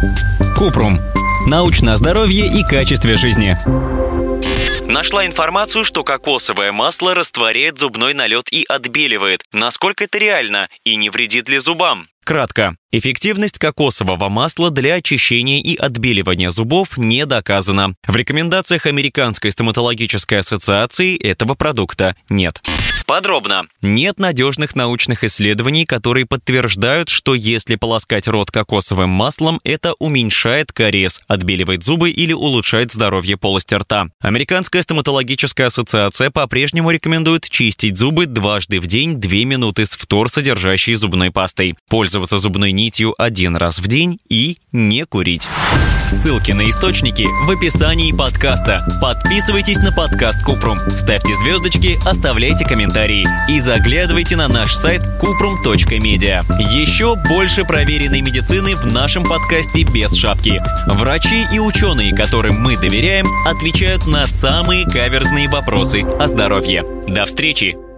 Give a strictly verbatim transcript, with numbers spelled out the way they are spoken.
Купрум. Научное здоровье и качестве жизни. Нашла информацию, что кокосовое масло растворяет зубной налет и отбеливает. Насколько это реально и не вредит ли зубам? Кратко. Эффективность кокосового масла для очищения и отбеливания зубов не доказана. В рекомендациях Американской стоматологической ассоциации этого продукта нет. Подробно. Нет надежных научных исследований, которые подтверждают, что если полоскать рот кокосовым маслом, это уменьшает кариес, отбеливает зубы или улучшает здоровье полости рта. Американская стоматологическая ассоциация по-прежнему рекомендует чистить зубы дважды в день две минуты с фторсодержащей зубной пастой, пользоваться зубной нитью один раз в день и не курить. Ссылки на источники в описании подкаста. Подписывайтесь на подкаст Купрум, ставьте звездочки, оставляйте комментарии и заглядывайте на наш сайт купрум точка медиа. Еще больше проверенной медицины в нашем подкасте без шапки. Врачи и ученые, которым мы доверяем, отвечают на самые каверзные вопросы о здоровье. До встречи!